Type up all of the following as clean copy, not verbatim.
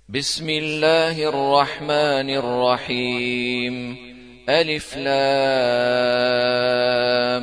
بسم الله الرحمن الرحيم. ألف لام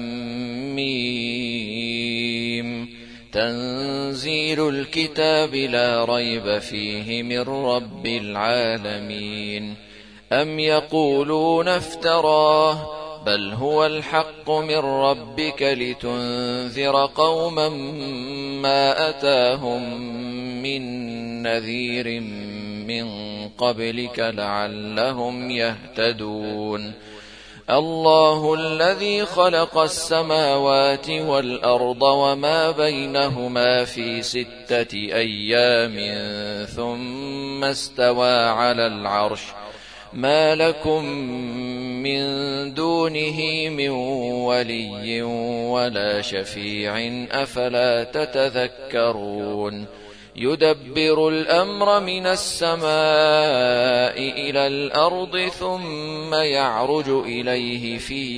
ميم. تنزيل الكتاب لا ريب فيه من رب العالمين. أم يقولون افتراه بل هو الحق من ربك لتنذر قوما ما أتاهم من نذير من قبلك لعلهم يهتدون. الله الذي خلق السماوات والأرض وما بينهما في 6 أيام ثم استوى على العرش ما لكم من دونه من ولي ولا شفيع أفلا تتذكرون. يدبر الأمر من السماء إلى الأرض ثم يعرج إليه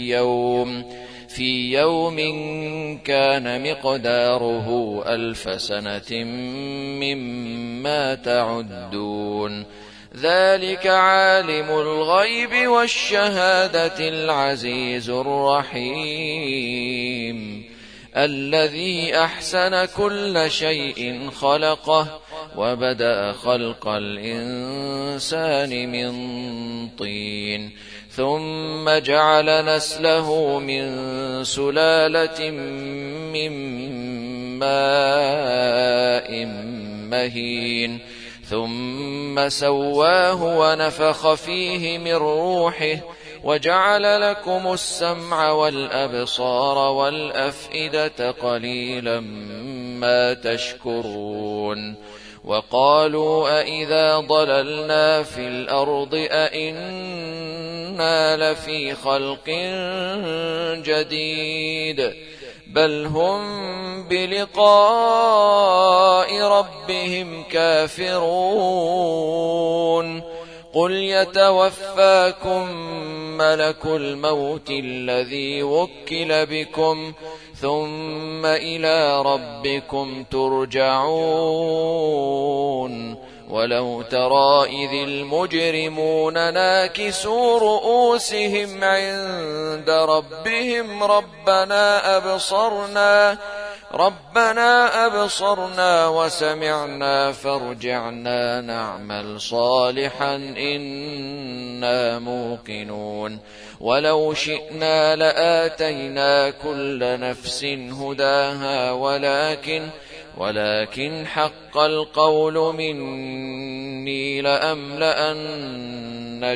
في يوم كان مقداره 1000 سنة مما تعدون. ذلك عالم الغيب والشهادة العزيز الرحيم. الذي أحسن كل شيء خلقه وبدأ خلق الإنسان من طين ثم جعل نسله من سلالة من ماء مهين ثم سواه ونفخ فيه من روحه وجعل لكم السمع والأبصار والأفئدة قليلا ما تشكرون. وقالوا أئذا ضللنا في الأرض أئنا لفي خلق جديد بل هم بلقاء ربهم كافرون. قل يتوفاكم ملك الموت الذي وكل بكم ثم إلى ربكم ترجعون. ولو ترى إذ المجرمون ناكسوا رؤوسهم عند ربهم ربنا أبصرنا وسمعنا فارجعنا نعمل صالحا إنا موقنون. ولو شئنا لآتينا كل نفس هداها ولكن حق القول مني لأملأن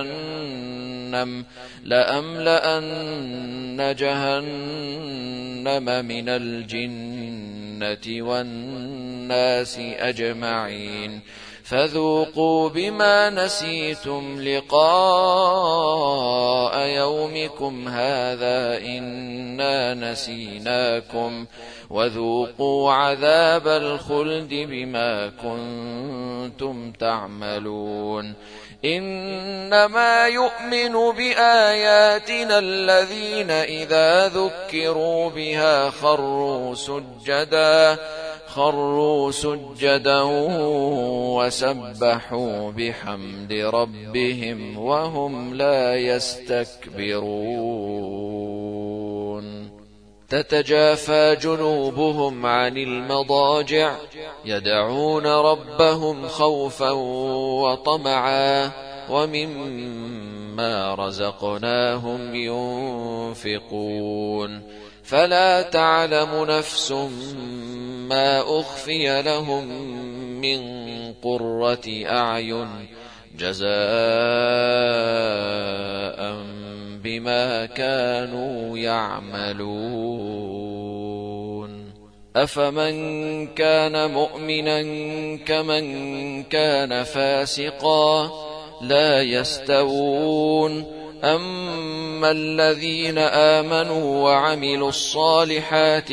جهنم من الجنة والناس أجمعين. فذوقوا بما نسيتم لقاء يومكم هذا إنا نسيناكم وذوقوا عذاب الخلد بما كنتم تعملون. إنما يؤمن بآياتنا الذين إذا ذكروا بها خروا سجدا وسبحوا بحمد ربهم وهم لا يستكبرون. تتجافى جنوبهم عن المضاجع يدعون ربهم خوفا وطمعا ومما رزقناهم ينفقون. فلا تعلم نفس ما أخفي لهم من قرة أعين جزاء بما كانوا يعملون. أفمن كان مؤمنا كمن كان فاسقا لا يستوون. أما الذين آمنوا وعملوا الصالحات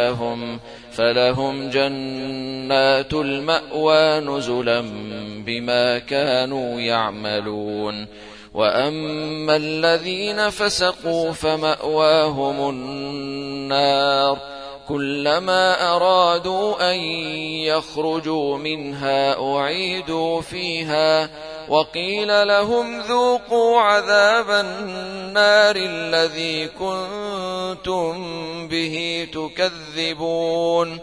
فلهم جنات المأوى نزلا بما كانوا يعملون. وأما الذين فسقوا فمأواهم النار كلما أرادوا أن يخرجوا منها أعيدوا فيها وقيل لهم ذوقوا عذاب النار الذي كنتم به تكذبون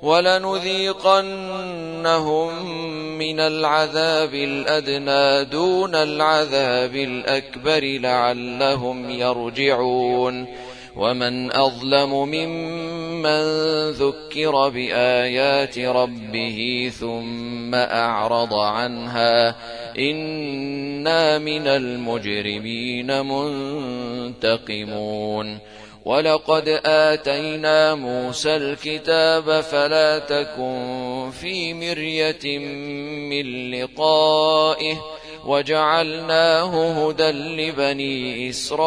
ولنذيقنهم من العذاب الأدنى دون العذاب الأكبر لعلهم يرجعون ومن أظلم ممن ذكر بآيات ربه ثم أعرض عنها إنا من المجرمين منتقمون ولقد آتينا موسى الكتاب فلا تكن في مرية من لقائه وجعلناه هدى لبني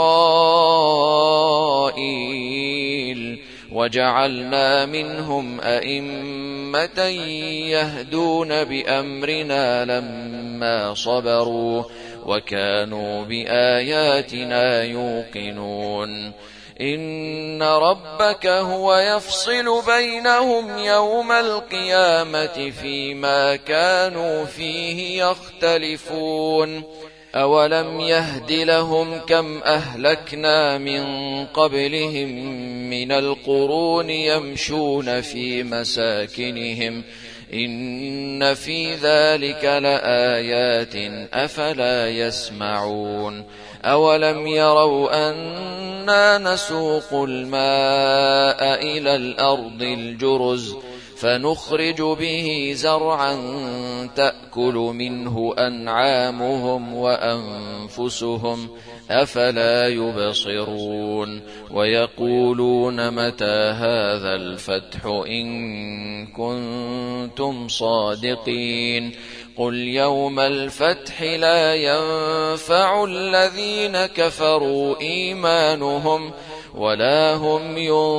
إسرائيل وجعلنا منهم أئمة يهدون بأمرنا لما صبروا وكانوا بآياتنا يوقنون إن ربك هو يفصل بينهم يوم القيامة فيما كانوا فيه يختلفون أولم يهد لهم كم أهلكنا من قبلهم من القرون يمشون في مساكنهم إن في ذلك لآيات أفلا يسمعون أولم يروا أنا نسوق الماء إلى الأرض الجرز فنخرج به زرعا تأكل منه أنعامهم وأنفسهم أفلا يبصرون ويقولون متى هذا الفتح إن كنتم صادقين قل يوم الفتح لا ينفع الذين كفروا إيمانهم ولا هم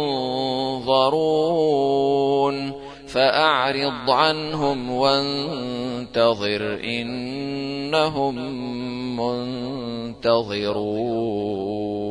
ينظرون فأعرض عنهم وانتظر إنهم منتظرون.